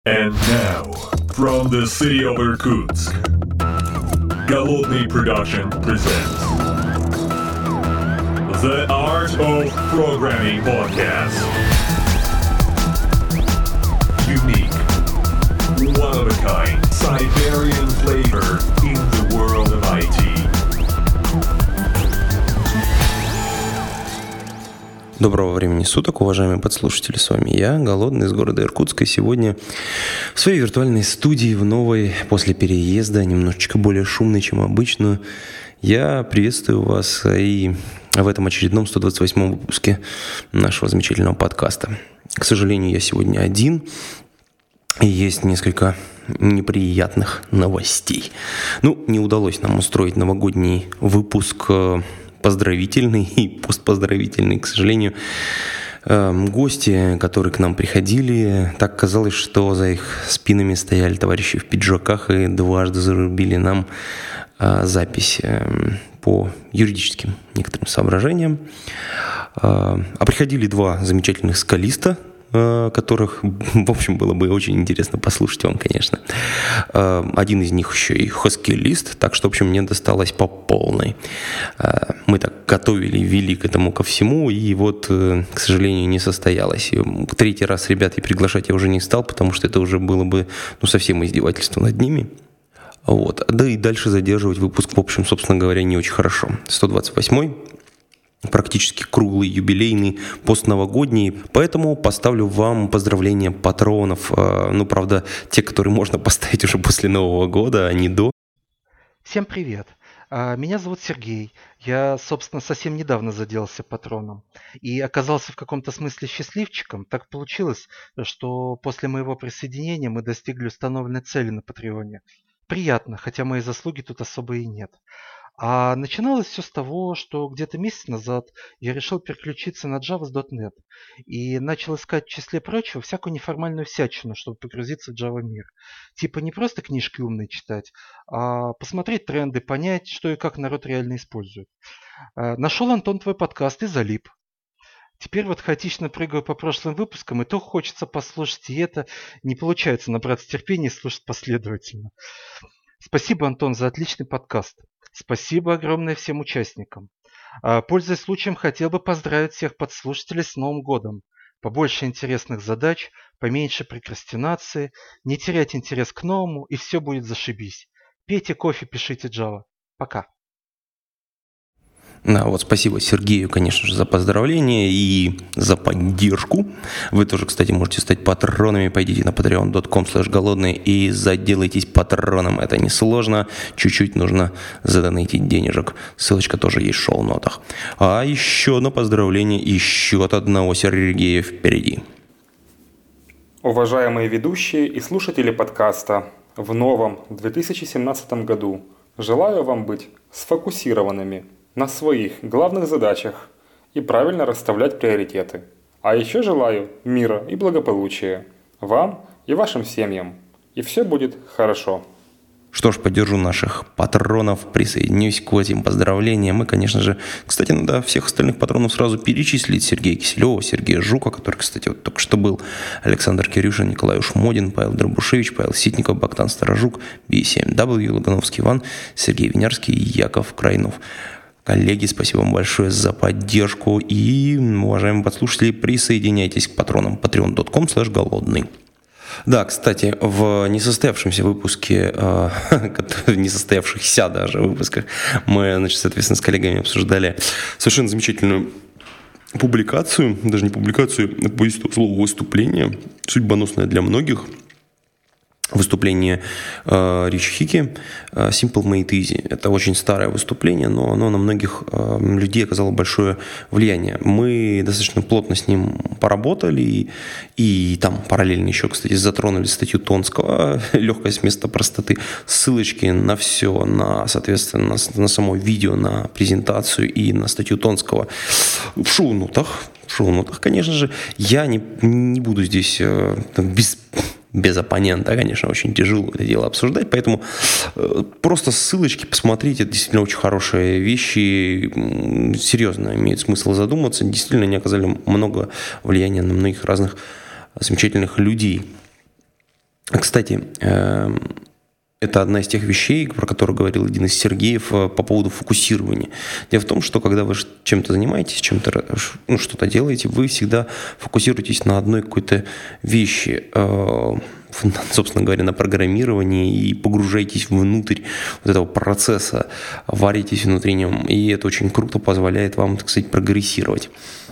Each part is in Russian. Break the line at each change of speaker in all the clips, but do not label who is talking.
And now, from the city of Irkutsk, Голодный Production presents The Art of Programming Podcast. Unique, one-of-a-kind, Siberian flavor in the world of IT.
Доброго времени суток, уважаемые подслушатели, с вами я, Голодный, из города Иркутска. Сегодня в своей виртуальной студии, в новой, после переезда, немножечко более шумной, чем обычно, я приветствую вас и в этом очередном 128-м выпуске нашего замечательного подкаста. К сожалению, я сегодня один, и есть несколько неприятных новостей. Не удалось нам устроить новогодний выпуск поздравительный и постпоздравительный, к сожалению. Гости, которые к нам приходили, так казалось, что за их спинами стояли товарищи в пиджаках и дважды зарубили нам запись по юридическим некоторым соображениям. А приходили два замечательных скалиста, которых, в общем, было бы очень интересно послушать вам, конечно. Один из них еще и хаскилист, так что, в общем, мне досталось по полной. Мы так готовили, вели к этому ко всему, и вот, к сожалению, не состоялось. И третий раз ребят и приглашать я уже не стал, потому что это уже было бы, совсем издевательство над ними. Вот. Да и дальше задерживать выпуск, в общем, собственно говоря, не очень хорошо. 128-й. Практически круглый, юбилейный, постновогодний. Поэтому поставлю вам поздравления патронов. Правда, те, которые можно поставить уже после Нового года, а не до.
Всем привет. Меня зовут Сергей. Я, собственно, совсем недавно заделался патроном. И оказался в каком-то смысле счастливчиком. Так получилось, что после моего присоединения мы достигли установленной цели на Патреоне. Приятно, хотя моей заслуги тут особо и нет. А начиналось все с того, что где-то месяц назад я решил переключиться на Java с .NET и начал искать в числе прочего всякую неформальную всячину, чтобы погрузиться в Java мир. Типа не просто книжки умные читать, а посмотреть тренды, понять, что и как народ реально использует. Нашел, Антон, твой подкаст и залип. Теперь вот хаотично прыгаю по прошлым выпускам, и то хочется послушать, и это не получается набраться терпения и слушать последовательно. Спасибо, Антон, за отличный подкаст. Спасибо огромное всем участникам. Пользуясь случаем, хотел бы поздравить всех подслушателей с Новым годом. Побольше интересных задач, поменьше прокрастинации, не терять интерес к новому, и все будет зашибись. Пейте кофе, пишите Java. Пока.
Спасибо Сергею, конечно же, за поздравления и за поддержку. Вы тоже, кстати, можете стать патронами. Пойдите на patreon.com/голодный и заделайтесь патроном. Это несложно. Чуть-чуть нужно задонатить денежек. Ссылочка тоже есть в шоу-нотах. А еще одно поздравление еще от одного Сергея впереди.
Уважаемые ведущие и слушатели подкаста, в новом 2017 году желаю вам быть сфокусированными на своих главных задачах и правильно расставлять приоритеты. А еще желаю мира и благополучия вам и вашим семьям. И все будет хорошо.
Что ж, поддержу наших патронов, присоединюсь к этим поздравлениям. И, конечно же, кстати, надо всех остальных патронов сразу перечислить. Сергея Киселева, Сергея Жука, который, кстати, вот только что был, Александр Кирюшин, Николай Ушмодин, Павел Дробушевич, Павел Ситников, Богдан Старожук, B7W, Логановский Иван, Сергей Винярский и Яков Крайнов. Коллеги, спасибо вам большое за поддержку. И, уважаемые подслушатели, присоединяйтесь к патронам patreon.com/голодный. Да, кстати, в несостоявшемся выпуске, несостоявшихся даже выпусках, мы, соответственно, с коллегами обсуждали совершенно замечательную публикацию, даже не публикацию, а по слову выступление, судьбоносное для многих. Выступление Ричи Хики «Simple Made Easy». Это очень старое выступление, но оно на многих людей оказало большое влияние. Мы достаточно плотно с ним поработали, и там параллельно еще, кстати, затронули статью Тонского «Легкость вместо простоты». Ссылочки на все, соответственно, на само видео, на презентацию и на статью Тонского в шоу-нотах. Конечно же, я не буду здесь без оппонента, конечно, очень тяжело это дело обсуждать, поэтому просто ссылочки посмотрите, это действительно очень хорошие вещи, серьезно имеет смысл задуматься, действительно они оказали много влияния на многих разных замечательных людей. Кстати, это одна из тех вещей, про которые говорил один из Сергеев по поводу фокусирования. Дело в том, что когда вы чем-то занимаетесь, что-то делаете, вы всегда фокусируетесь на одной какой-то вещи, собственно говоря, на программировании, и погружаетесь внутрь вот этого процесса, варитесь внутри нем, и это очень круто позволяет вам, так сказать, прогрессировать.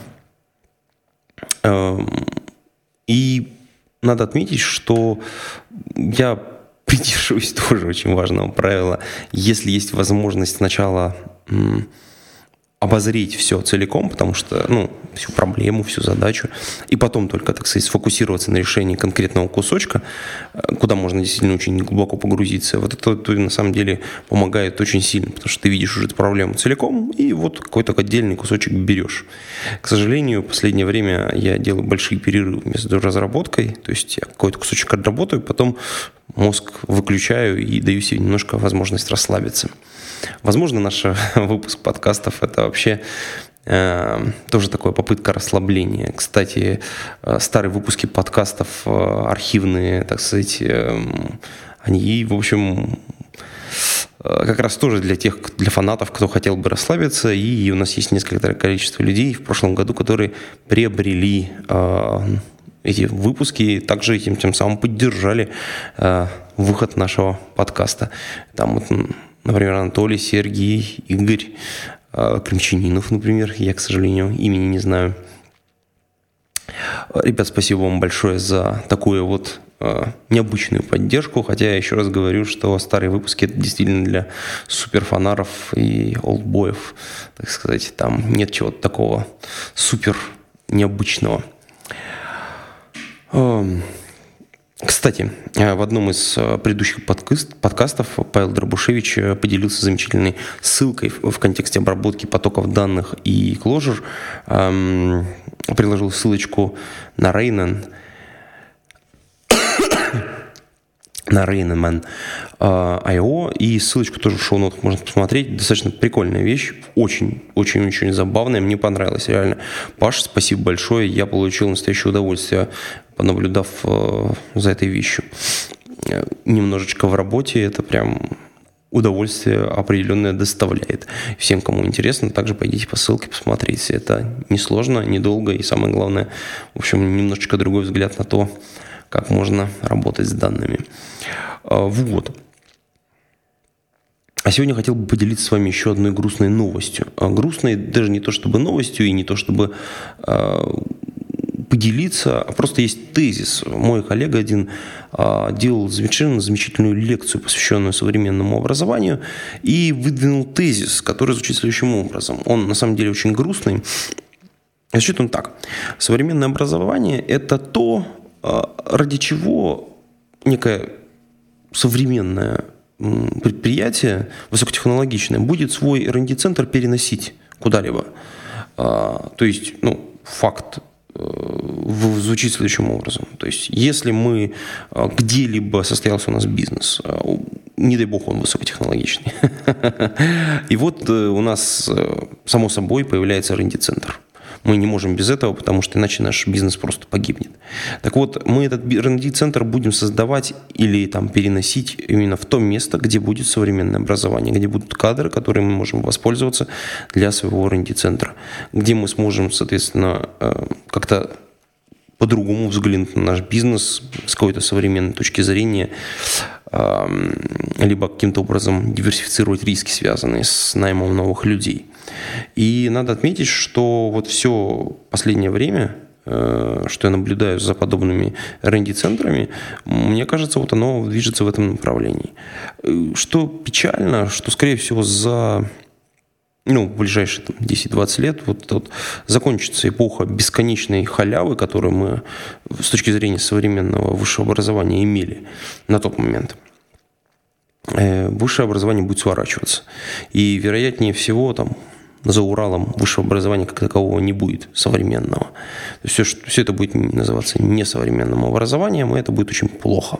И надо отметить, что я придерживаюсь тоже очень важного правила. Если есть возможность сначала обозреть все целиком, потому что, всю проблему, всю задачу, и потом только, так сказать, сфокусироваться на решении конкретного кусочка, куда можно действительно очень глубоко погрузиться, вот это на самом деле помогает очень сильно, потому что ты видишь уже эту проблему целиком, и вот какой-то отдельный кусочек берешь. К сожалению, в последнее время я делаю большие перерывы между разработкой, то есть я какой-то кусочек отработаю, потом мозг выключаю и даю себе немножко возможность расслабиться. Возможно, наш выпуск подкастов – это вообще тоже такая попытка расслабления. Кстати, старые выпуски подкастов, архивные, так сказать, они, в общем, как раз тоже для фанатов, кто хотел бы расслабиться. И у нас есть несколько количество людей в прошлом году, которые приобрели эти выпуски, также тем самым поддержали выход нашего подкаста. Там вот, например, Анатолий, Сергей, Игорь, Кремчанинов, например. Я, к сожалению, имени не знаю. Ребят, спасибо вам большое за такую вот необычную поддержку. Хотя я еще раз говорю, что старые выпуски это действительно для суперфанаров и олдбоев, так сказать. Там нет чего-то такого супер необычного. Кстати, в одном из предыдущих подкастов Павел Дробушевич поделился замечательной ссылкой в контексте обработки потоков данных и Clojure. Приложил ссылочку на Rainman.io, и ссылочку тоже в шоу-нотах можно посмотреть. Достаточно прикольная вещь, очень-очень-очень забавная, мне понравилось реально. Паш, спасибо большое, я получил настоящее удовольствие, понаблюдав за этой вещью. Немножечко в работе это прям удовольствие определенное доставляет. Всем, кому интересно, также пойдите по ссылке, посмотрите. Это несложно, недолго, и самое главное, в общем, немножечко другой взгляд на то, как можно работать с данными. Вот. А сегодня хотел бы поделиться с вами еще одной грустной новостью. Грустной даже не то чтобы новостью и не то чтобы поделиться, а просто есть тезис. Мой коллега один делал замечательную лекцию, посвященную современному образованию, и выдвинул тезис, который звучит следующим образом. Он на самом деле очень грустный. Звучит он так. Современное образование – это то, ради чего некое современное предприятие, высокотехнологичное, будет свой R&D-центр переносить куда-либо. То есть, факт звучит следующим образом. То есть, если мы где-либо состоялся у нас бизнес, не дай бог он высокотехнологичный, и вот у нас, само собой, появляется R&D-центр. Мы не можем без этого, потому что иначе наш бизнес просто погибнет. Так вот, мы этот R&D-центр будем создавать или переносить именно в то место, где будет современное образование, где будут кадры, которыми мы можем воспользоваться для своего R&D-центра, где мы сможем, соответственно, как-то по-другому взглянуть на наш бизнес с какой-то современной точки зрения, либо каким-то образом диверсифицировать риски, связанные с наймом новых людей. И надо отметить, что вот все последнее время, что я наблюдаю за подобными R&D-центрами, мне кажется, вот оно движется в этом направлении. Что печально, что, скорее всего, в ближайшие 10-20 лет вот закончится эпоха бесконечной халявы, которую мы с точки зрения современного высшего образования имели на тот момент. Высшее образование будет сворачиваться. И, вероятнее всего, за Уралом высшего образования как такового не будет современного. Все это будет называться несовременным образованием, и это будет очень плохо.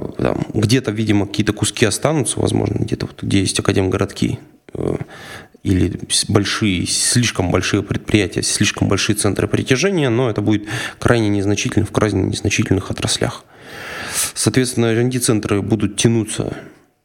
Где-то, видимо, какие-то куски останутся, возможно, где-то где есть академгородки, и или слишком большие предприятия, слишком большие центры притяжения, но это будет крайне незначительно в крайне незначительных отраслях. Соответственно, R&D-центры будут тянуться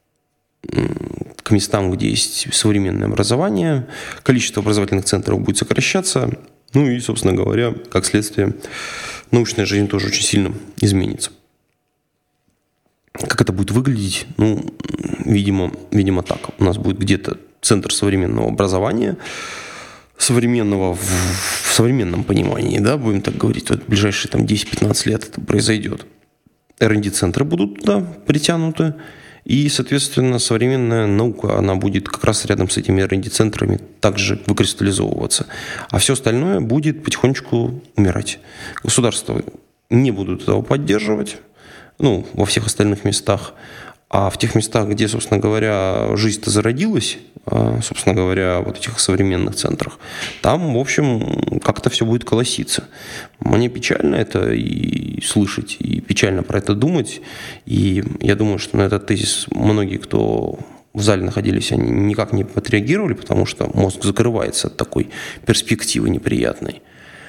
к местам, где есть современное образование, количество образовательных центров будет сокращаться, ну и, собственно говоря, как следствие, научная жизнь тоже очень сильно изменится. Как это будет выглядеть? Ну, видимо так. У нас будет где-то центр современного образования, современного в современном понимании, да, будем так говорить, вот в ближайшие 10-15 лет это произойдет. R&D-центры будут туда притянуты, и, соответственно, современная наука, она будет как раз рядом с этими R&D-центрами также выкристаллизовываться. А все остальное будет потихонечку умирать. Государства не будут этого поддерживать, во всех остальных местах. А в тех местах, где, собственно говоря, жизнь-то зародилась, собственно говоря, вот этих современных центрах, там, в общем, как-то все будет колоситься. Мне печально это и слышать, и печально про это думать. И я думаю, что на этот тезис многие, кто в зале находились, они никак не отреагировали, потому что мозг закрывается от такой перспективы неприятной.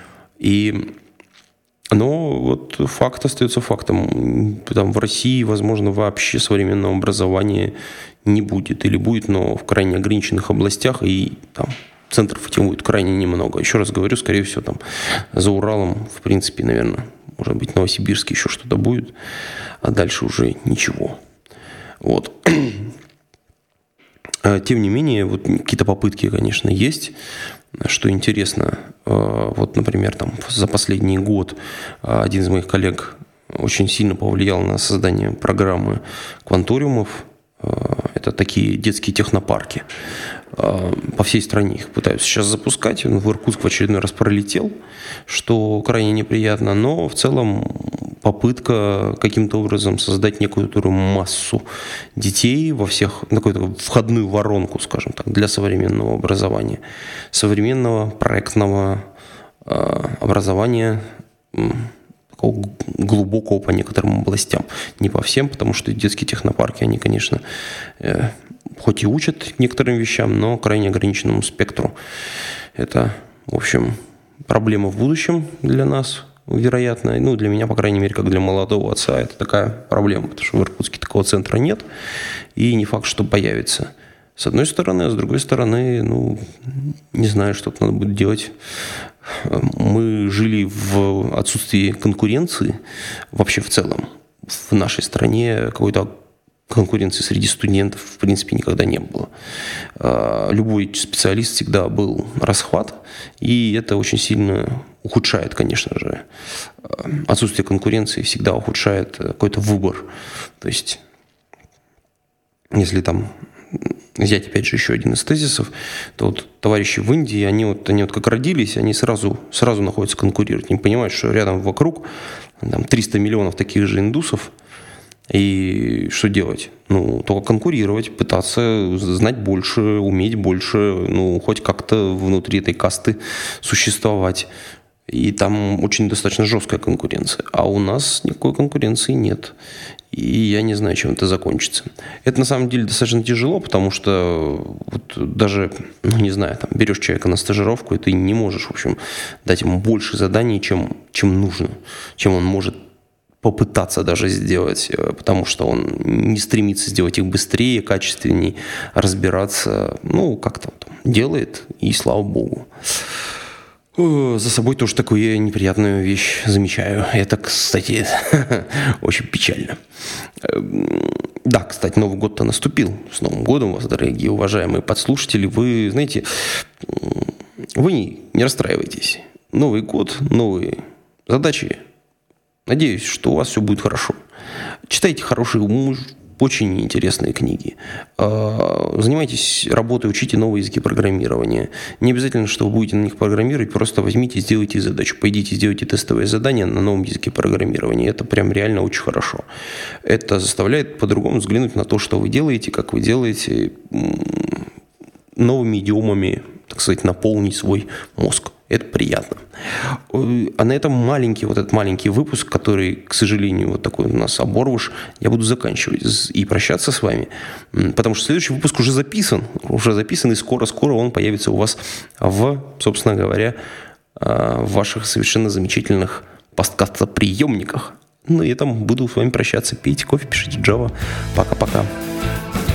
Но вот факт остается фактом. Там в России, возможно, вообще современного образования не будет. Или будет, но в крайне ограниченных областях, и там центров этих будет крайне немного. Еще раз говорю, скорее всего, там за Уралом, в принципе, наверное, может быть, Новосибирске еще что-то будет, а дальше уже ничего. Вот. Тем не менее, вот какие-то попытки, конечно, есть. Что интересно, вот, например, за последний год один из моих коллег очень сильно повлиял на создание программы кванториумов. Это такие детские технопарки. По всей стране их пытаются сейчас запускать. Он в Иркутск в очередной раз пролетел, что крайне неприятно. Но в целом попытка каким-то образом создать некоторую массу детей во всех, какую-то входную воронку, скажем так, для современного образования. Современного проектного образования, такого глубокого по некоторым областям. Не по всем, потому что детские технопарки, они, конечно, хоть и учат некоторым вещам, но крайне ограниченному спектру. Это, в общем, проблема в будущем для нас, вероятно. Для меня, по крайней мере, как для молодого отца, это такая проблема, потому что в Иркутске такого центра нет, и не факт, что появится. С одной стороны, а с другой стороны, не знаю, что надо будет делать. Мы жили в отсутствии конкуренции вообще в целом. В нашей стране какой-то конкуренции среди студентов в принципе никогда не было. Любой специалист всегда был расхват, и это очень сильно ухудшает, конечно же. Отсутствие конкуренции всегда ухудшает какой-то выбор. То есть, если взять, опять же, еще один из тезисов, то вот товарищи в Индии, они как родились, они сразу находятся конкурировать. Они понимают, что рядом вокруг 300 миллионов таких же индусов, и что делать? Только конкурировать, пытаться знать больше, уметь больше, хоть как-то внутри этой касты существовать. И там очень достаточно жесткая конкуренция. А у нас никакой конкуренции нет. И я не знаю, чем это закончится. Это на самом деле достаточно тяжело, потому что даже, берешь человека на стажировку, и ты не можешь, в общем, дать ему больше заданий, чем нужно, чем он может попытаться даже сделать, потому что он не стремится сделать их быстрее, качественнее, разбираться. Как-то делает, и слава богу. За собой тоже такую неприятную вещь замечаю. Это, кстати, очень печально. Да, кстати, Новый год-то наступил. С Новым годом вас, дорогие уважаемые подслушатели. Вы, знаете, вы не расстраивайтесь. Новый год, новые задачи. Надеюсь, что у вас все будет хорошо. Читайте хорошие, очень интересные книги. Занимайтесь работой, учите новые языки программирования. Не обязательно, что вы будете на них программировать, просто возьмите и сделайте задачу. Пойдите, сделайте тестовое задание на новом языке программирования. Это прям реально очень хорошо. Это заставляет по-другому взглянуть на то, что вы делаете, как вы делаете, новыми идиомами, так сказать, наполнить свой мозг. Это приятно. А на этом этот маленький выпуск, который, к сожалению, вот такой у нас оборвыш, я буду заканчивать и прощаться с вами, потому что следующий выпуск уже записан, и скоро-скоро он появится у вас собственно говоря, в ваших совершенно замечательных подкастоприемниках. Ну и там буду с вами прощаться. Пейте кофе, пишите Java. Пока-пока.